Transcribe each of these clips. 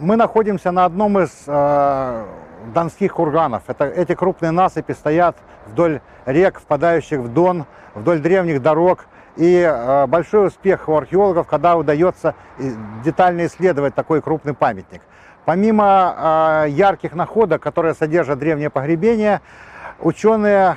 Мы находимся на одном из донских курганов. Эти крупные насыпи стоят вдоль рек, впадающих в Дон, вдоль древних дорог. И большой успех у археологов, когда удается детально исследовать такой крупный памятник. Помимо ярких находок, которые содержат древние погребения, ученые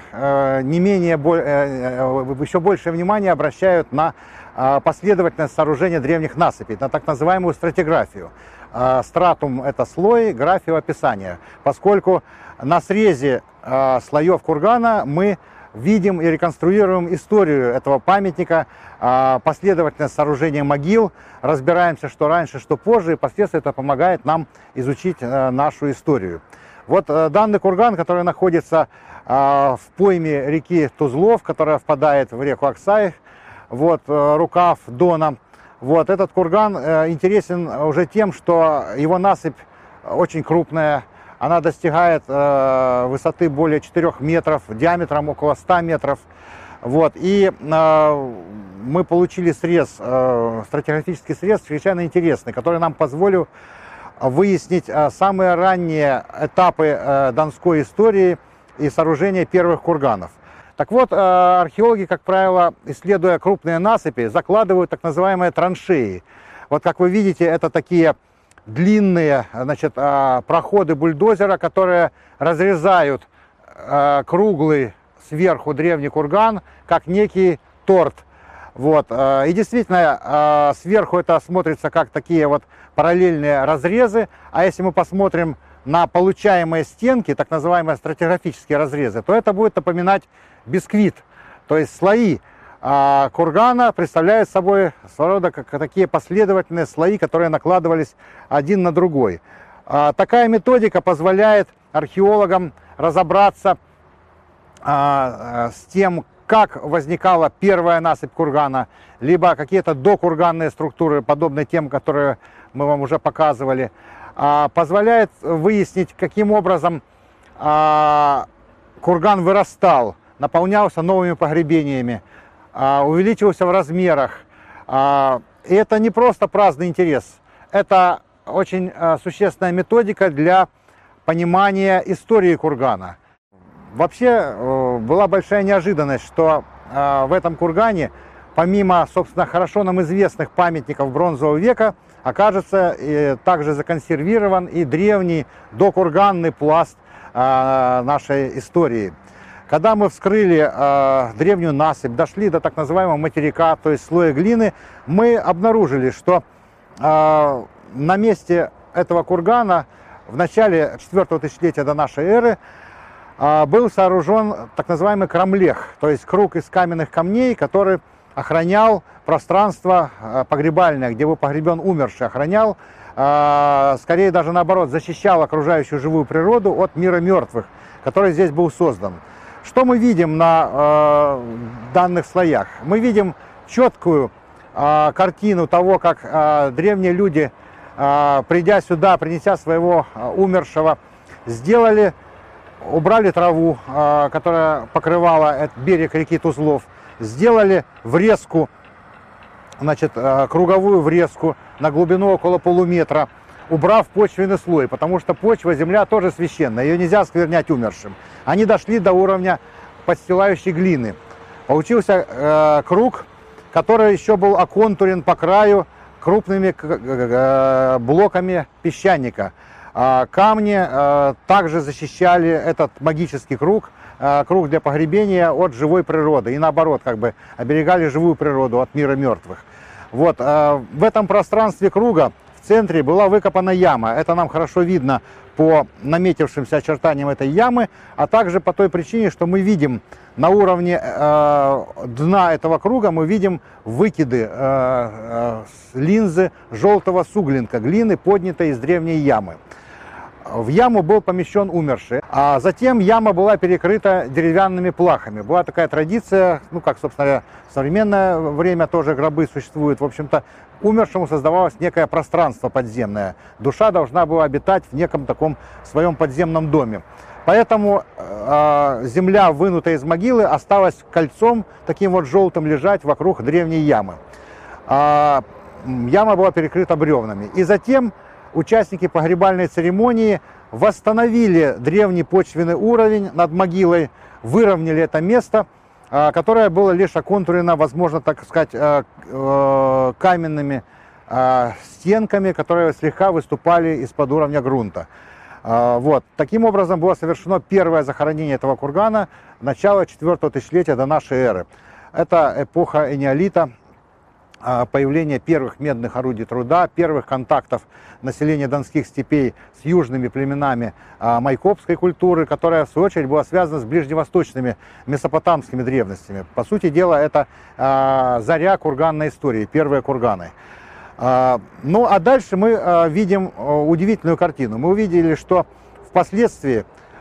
еще большее внимание обращают на последовательность сооружения древних насыпей, на так называемую стратиграфию. Стратум – это слой, графио – описание, поскольку на срезе слоев кургана мы видим и реконструируем историю этого памятника, последовательность сооружения могил, разбираемся, что раньше, что позже, и впоследствии это помогает нам изучить нашу историю. Вот данный курган, который находится в пойме реки Тузлов, которая впадает в реку Аксай, вот рукав Дона. Вот этот курган интересен уже тем, что его насыпь очень крупная. Она достигает высоты более 4 метров, диаметром около 100 метров. Вот. И мы получили срез, стратиграфический срез, чрезвычайно интересный, который нам позволил выяснить самые ранние этапы донской истории и сооружения первых курганов. Так вот, археологи, как правило, исследуя крупные насыпи, закладывают так называемые траншеи. Вот как вы видите, это такие длинные, значит, проходы бульдозера, которые разрезают круглый сверху древний курган, как некий торт. Вот. И действительно, сверху это смотрится как такие вот параллельные разрезы, а если мы посмотрим на получаемые стенки, так называемые стратиграфические разрезы, то это будет напоминать бисквит, то есть слои кургана представляют собой своего рода как такие последовательные слои, которые накладывались один на другой. Такая методика позволяет археологам разобраться с тем, как возникала первая насыпь кургана, либо какие-то докурганные структуры, подобные тем, которые мы вам уже показывали, позволяет выяснить, каким образом курган вырастал, наполнялся новыми погребениями, увеличивался в размерах. И это не просто праздный интерес, это очень существенная методика для понимания истории кургана. Вообще была большая неожиданность, что в этом кургане, помимо, собственно, хорошо нам известных памятников бронзового века, окажется также законсервирован и древний докурганный пласт нашей истории. Когда мы вскрыли древнюю насыпь, дошли до так называемого материка, то есть слоя глины, мы обнаружили, что на месте этого кургана в начале 4-го тысячелетия до нашей эры был сооружен так называемый крамлех, то есть круг из каменных камней, который охранял пространство погребальное, где был погребен умерший, охранял, скорее даже наоборот, защищал окружающую живую природу от мира мертвых, который здесь был создан. Что мы видим на данных слоях? Мы видим четкую картину того, как древние люди, придя сюда, принеся своего умершего, убрали траву, которая покрывала этот берег реки Тузлов, сделали врезку, значит, круговую врезку на глубину около полуметра, убрав почвенный слой, потому что почва, земля тоже священная, ее нельзя осквернять умершим. Они дошли до уровня подстилающей глины. Получился круг, который еще был оконтурен по краю крупными блоками песчаника. Камни также защищали этот магический круг, круг для погребения, от живой природы. И наоборот, как бы оберегали живую природу от мира мертвых. Вот, в этом пространстве круга в центре была выкопана яма. Это нам хорошо видно по наметившимся очертаниям этой ямы, а также по той причине, что мы видим на уровне дна этого круга, мы видим выкиды линзы желтого суглинка, глины, поднятой из древней ямы. В яму был помещен умерший, а затем яма была перекрыта деревянными плахами. Была такая традиция, ну как, собственно, в современное время тоже гробы существуют. В общем-то, умершему создавалось некое пространство подземное. Душа должна была обитать в неком таком своем подземном доме. Поэтому земля, вынутая из могилы, осталась кольцом, таким вот желтым, лежать вокруг древней ямы. Яма была перекрыта бревнами. И затем участники погребальной церемонии восстановили древний почвенный уровень над могилой, выровняли это место, которое было лишь оконтурено, возможно, так сказать, каменными стенками, которые слегка выступали из-под уровня грунта. Вот. Таким образом было совершено первое захоронение этого кургана начала 4-го тысячелетия до нашей эры. Это эпоха энеолита, появление первых медных орудий труда, первых контактов населения донских степей с южными племенами майкопской культуры, которая, в свою очередь, была связана с ближневосточными месопотамскими древностями. По сути дела, это заря курганной истории, первые курганы. Ну а дальше мы видим удивительную картину. Мы увидели, что впоследствии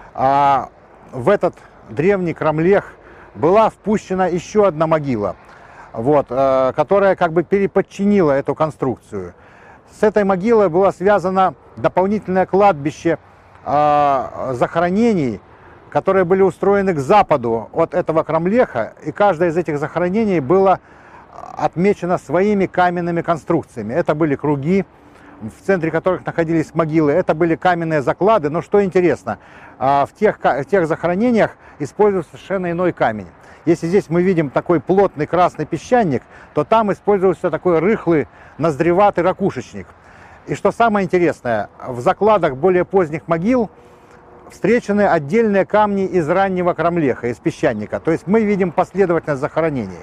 в этот древний крамлех была впущена еще одна могила, вот, которая как бы переподчинила эту конструкцию. С этой могилой было связано дополнительное кладбище захоронений, которые были устроены к западу от этого крамлеха, и каждое из этих захоронений было отмечено своими каменными конструкциями. Это были круги, в центре которых находились могилы, это были каменные заклады. Но что интересно, в тех захоронениях используется совершенно иной камень. Если здесь мы видим такой плотный красный песчаник, то там используется такой рыхлый, ноздреватый ракушечник. И что самое интересное, в закладах более поздних могил встречены отдельные камни из раннего крамлеха, из песчаника. То есть мы видим последовательность захоронений.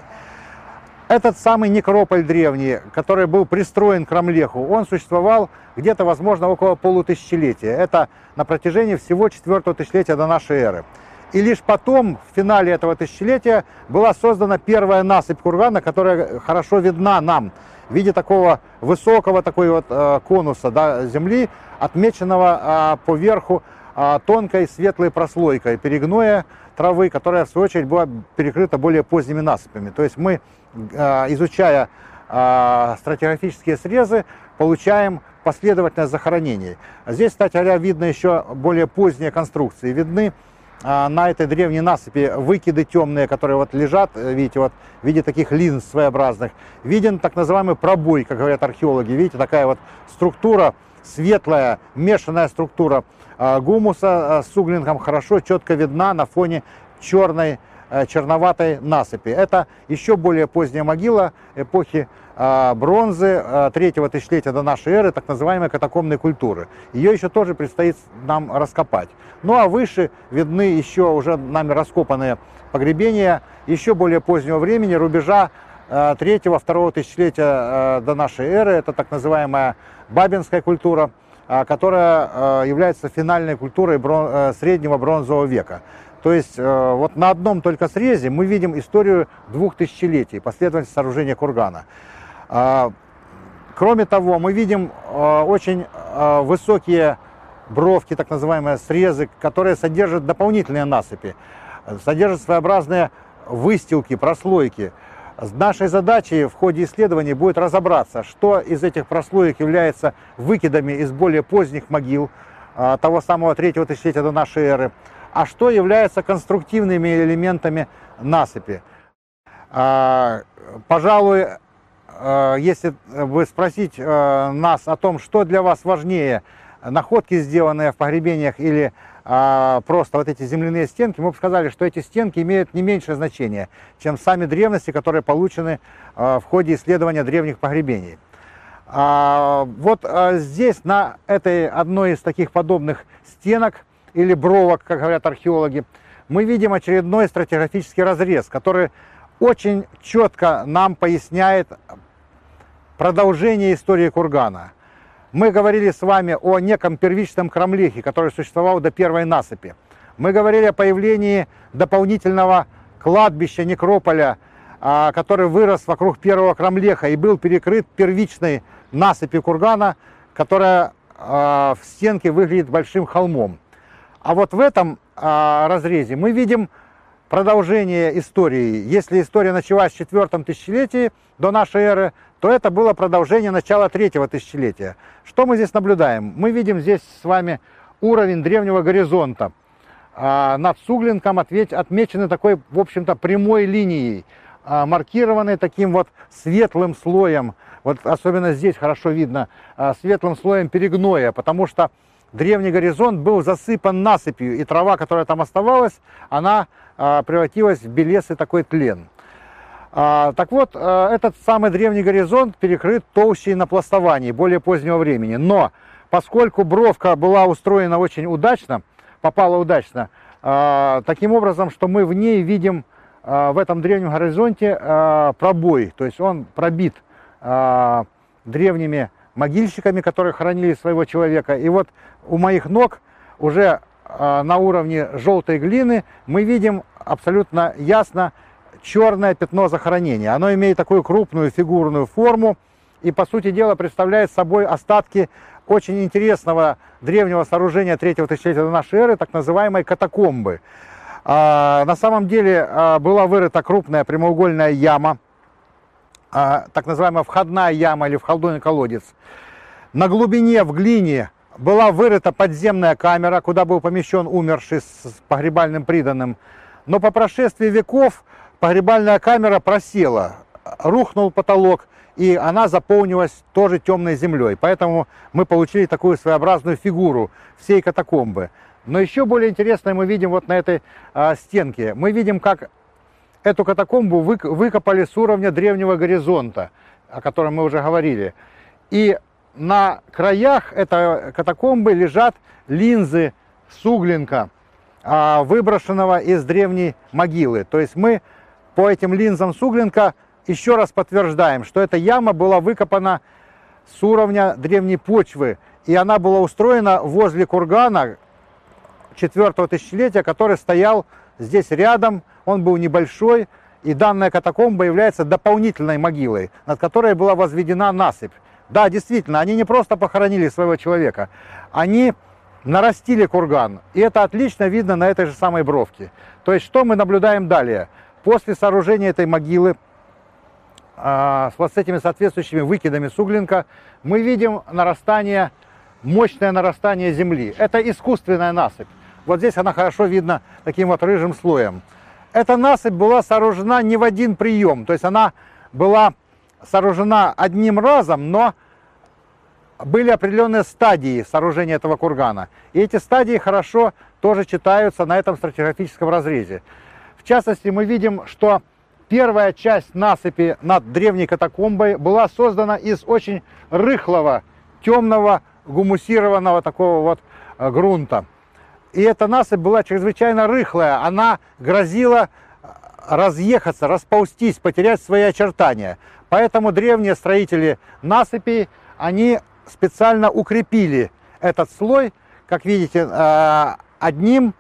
Этот самый некрополь древний, который был пристроен к крамлеху, он существовал где-то, возможно, около полутысячелетия. Это на протяжении всего 4-го тысячелетия до нашей эры. И лишь потом, в финале этого тысячелетия, была создана первая насыпь кургана, которая хорошо видна нам в виде такого высокого конуса, да, земли, отмеченного поверху тонкой светлой прослойкой перегноя травы, которая, в свою очередь, была перекрыта более поздними насыпями. То есть мы, изучая стратиграфические срезы, получаем последовательность захоронений. Здесь, кстати говоря, видно еще более поздние конструкции. Видны на этой древней насыпи выкиды темные, которые вот лежат, видите, вот в виде таких линз своеобразных. Виден так называемый пробой, как говорят археологи. Видите, такая вот структура, светлая, мешанная структура гумуса с углинком хорошо, четко видна на фоне черной, черноватой насыпи. Это еще более поздняя могила эпохи бронзы 3-го тысячелетия до нашей эры, так называемой катакомбной культуры. Ее еще тоже предстоит нам раскопать. Ну а выше видны еще уже нами раскопанные погребения еще более позднего времени, рубежа 3-2 тысячелетия до нашей эры. Это так называемая бабинская культура, которая является финальной культурой среднего бронзового века. То есть вот на одном только срезе мы видим историю 2 тысячелетий, последовательность сооружения кургана. Кроме того, мы видим очень высокие бровки, так называемые срезы, которые содержат дополнительные насыпи, содержат своеобразные выстилки, прослойки. Нашей задачей в ходе исследований будет разобраться, что из этих прослоек является выкидами из более поздних могил, того самого 3-го тысячелетия до нашей эры, а что является конструктивными элементами насыпи. Пожалуй, если вы спросите нас о том, что для вас важнее, находки, сделанные в погребениях, или просто вот эти земляные стенки, мы бы сказали, что эти стенки имеют не меньшее значение, чем сами древности, которые получены в ходе исследования древних погребений. Вот здесь, на этой одной из таких подобных стенок, или бровок, как говорят археологи, мы видим очередной стратиграфический разрез, который очень четко нам поясняет продолжение истории кургана. Мы говорили с вами о неком первичном крамлехе, который существовал до первой насыпи. Мы говорили о появлении дополнительного кладбища, некрополя, который вырос вокруг первого крамлеха и был перекрыт первичной насыпью кургана, которая в стенке выглядит большим холмом. А вот в этом разрезе мы видим продолжение истории. Если история началась в 4-м тысячелетии до нашей эры, то это было продолжение начала 3-го тысячелетия. Что мы здесь наблюдаем? Мы видим здесь с вами уровень древнего горизонта. Над Суглинком отмечены такой, в общем-то, прямой линией. маркированы таким вот светлым слоем. Вот особенно здесь хорошо видно светлым слоем перегноя, потому что древний горизонт был засыпан насыпью, и трава, которая там оставалась, она превратилась в белесый такой тлен. Так вот, этот самый древний горизонт перекрыт толщей напластований более позднего времени. Но поскольку бровка была устроена очень удачно, попала удачно, таким образом, что мы в ней видим в этом древнем горизонте пробой, то есть он пробит древними могильщиками, которые хоронили своего человека. И вот у моих ног уже на уровне желтой глины мы видим абсолютно ясно черное пятно захоронения. Оно имеет такую крупную фигурную форму и, по сути дела, представляет собой остатки очень интересного древнего сооружения 3-го тысячелетия до нашей эры, так называемой катакомбы. На самом деле была вырыта крупная прямоугольная яма, так называемая входная яма или входной колодец. На глубине в глине была вырыта подземная камера, куда был помещен умерший с погребальным приданым. Но по прошествии веков погребальная камера просела, рухнул потолок, и она заполнилась тоже темной землей. Поэтому мы получили такую своеобразную фигуру всей катакомбы. Но еще более интересное мы видим вот на этой стенке. Мы видим, как эту катакомбу выкопали с уровня древнего горизонта, о котором мы уже говорили. И на краях этой катакомбы лежат линзы суглинка, выброшенного из древней могилы. То есть мы по этим линзам суглинка еще раз подтверждаем, что эта яма была выкопана с уровня древней почвы. И она была устроена возле кургана 4-го тысячелетия, который стоял здесь рядом. Он был небольшой, и данная катакомба является дополнительной могилой, над которой была возведена насыпь. Да, действительно, они не просто похоронили своего человека, они нарастили курган. И это отлично видно на этой же самой бровке. То есть, что мы наблюдаем далее? После сооружения этой могилы с вот этими соответствующими выкидами суглинка мы видим нарастание, мощное нарастание земли. Это искусственная насыпь. Вот здесь она хорошо видна таким вот рыжим слоем. Эта насыпь была сооружена не в один прием, то есть она была сооружена одним разом, но были определенные стадии сооружения этого кургана. И эти стадии хорошо тоже читаются на этом стратиграфическом разрезе. В частности, мы видим, что первая часть насыпи над древней катакомбой была создана из очень рыхлого, темного, гумусированного такого вот грунта. И эта насыпь была чрезвычайно рыхлая, она грозила разъехаться, расползтись, потерять свои очертания. Поэтому древние строители насыпей, они специально укрепили этот слой, как видите, одним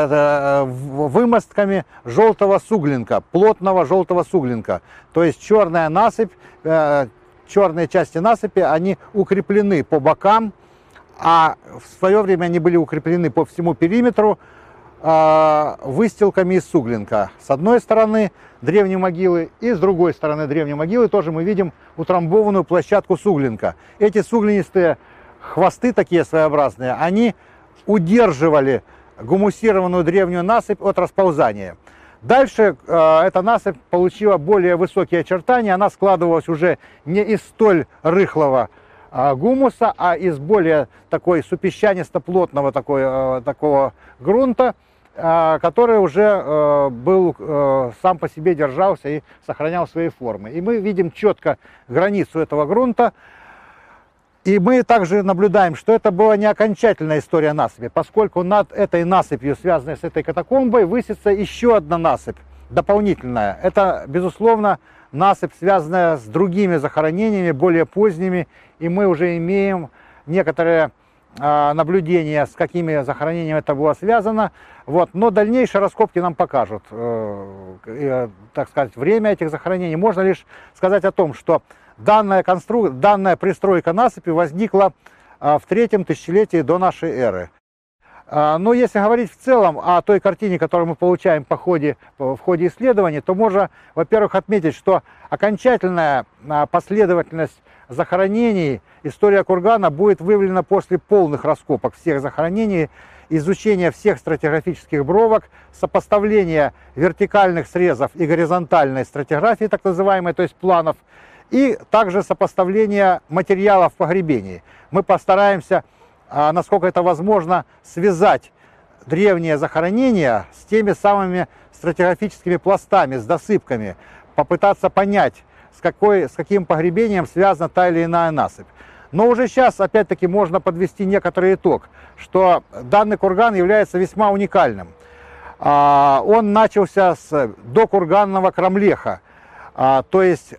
вымостками желтого суглинка, плотного желтого суглинка. То есть черная насыпь, черные части насыпи, они укреплены по бокам, а в свое время они были укреплены по всему периметру выстилками из суглинка. С одной стороны древней могилы и с другой стороны древней могилы тоже мы видим утрамбованную площадку суглинка. Эти суглинистые хвосты, такие своеобразные, они удерживали гумусированную древнюю насыпь от расползания. Дальше эта насыпь получила более высокие очертания, она складывалась уже не из столь рыхлого гумуса, а из более такой супесчанисто-плотного такого грунта, который уже был сам по себе держался и сохранял свои формы. И мы видим четко границу этого грунта. И мы также наблюдаем, что это была не окончательная история насыпи, поскольку над этой насыпью, связанной с этой катакомбой, высится еще одна насыпь, дополнительная. Это, безусловно, насыпь, связанная с другими захоронениями, более поздними, и мы уже имеем некоторые наблюдения, с какими захоронениями это было связано. Вот. Но дальнейшие раскопки нам покажут, так сказать, время этих захоронений. Можно лишь сказать о том, что данная пристройка насыпи возникла в 3-м тысячелетии до нашей эры. Но если говорить в целом о той картине, которую мы получаем в ходе исследований, то можно, во-первых, отметить, что окончательная последовательность захоронений, история кургана будет выявлена после полных раскопок всех захоронений. изучение всех стратиграфических бровок, сопоставление вертикальных срезов и горизонтальной стратиграфии, так называемой, то есть планов, и также сопоставление материалов погребений. Мы постараемся, насколько это возможно, связать древние захоронения с теми самыми стратиграфическими пластами, с досыпками, попытаться понять, с каким погребением связана та или иная насыпь. Но уже сейчас, опять-таки, можно подвести некоторый итог, что данный курган является весьма уникальным. Он начался с докурганного крамлеха, то есть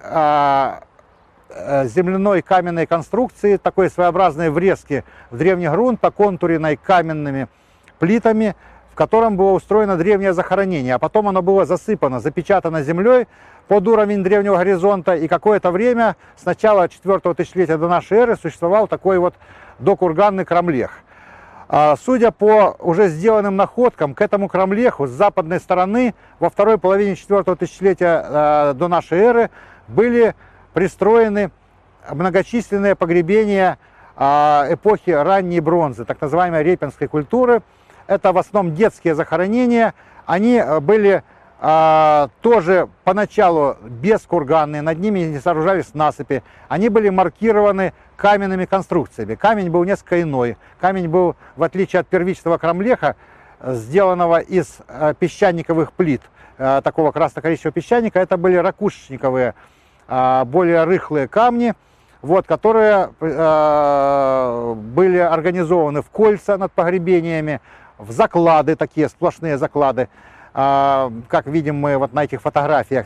земляной каменной конструкции, такой своеобразной врезки в древний грунт, оконтуренной каменными плитами, в котором было устроено древнее захоронение, а потом оно было засыпано, запечатано землей под уровень древнего горизонта, и какое-то время, с начала 4-го тысячелетия до нашей эры, существовал такой вот докурганный крамлех. Судя по уже сделанным находкам, к этому крамлеху с западной стороны во второй половине 4-го тысячелетия до нашей эры были пристроены многочисленные погребения эпохи ранней бронзы, так называемой репинской культуры. Это в основном детские захоронения. Они были тоже поначалу бескурганные, над ними не сооружались насыпи. Они были маркированы каменными конструкциями. Камень был несколько иной. Камень был, в отличие от первичного крамлеха, сделанного из песчаниковых плит, такого красно-коричневого песчаника, это были ракушечниковые, более рыхлые камни, вот, которые были организованы в кольца над погребениями, в заклады, такие сплошные заклады, как видим мы вот на этих фотографиях.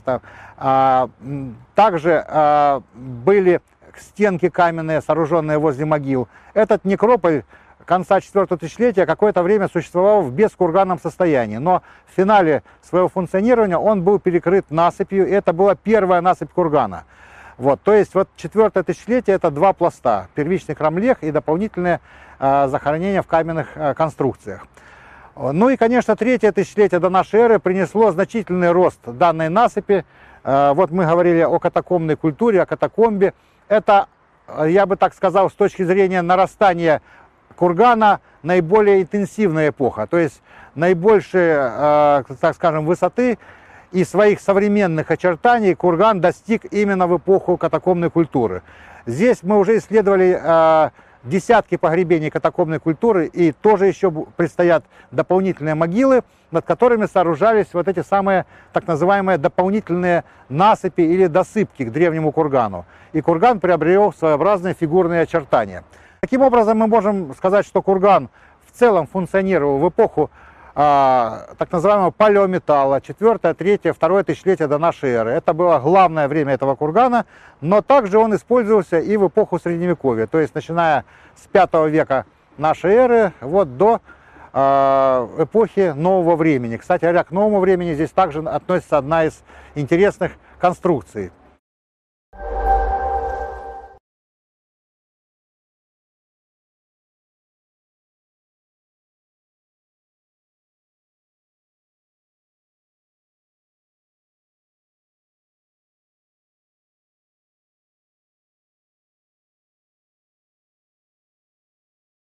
Также были стенки каменные, сооруженные возле могил. Этот некрополь конца 4-го тысячелетия какое-то время существовал в бескурганном состоянии, но в финале своего функционирования он был перекрыт насыпью, и это была первая насыпь кургана. Вот, то есть вот 4-е тысячелетие — это два пласта: первичный крамлех и дополнительные захоронения в каменных конструкциях. Ну и, конечно, 3-е тысячелетие до нашей эры принесло значительный рост данной насыпи. Вот мы говорили о катакомбной культуре, о катакомбе. Это, я бы так сказал, с точки зрения нарастания кургана, наиболее интенсивная эпоха, то есть наибольшие, так скажем, высоты и своих современных очертаний курган достиг именно в эпоху катакомбной культуры. Здесь мы уже исследовали десятки погребений катакомбной культуры, и тоже еще предстоят дополнительные могилы, над которыми сооружались вот эти самые так называемые дополнительные насыпи или досыпки к древнему кургану. И курган приобрел своеобразные фигурные очертания. Таким образом, мы можем сказать, что курган в целом функционировал в эпоху так называемого палеометалла, 4-е, 3-е, 2-е тысячелетия до нашей эры. Это было главное время этого кургана, но также он использовался и в эпоху Средневековья, то есть начиная с 5 века нашей эры вот до эпохи нового времени. Кстати говоря, к новому времени здесь также относится одна из интересных конструкций.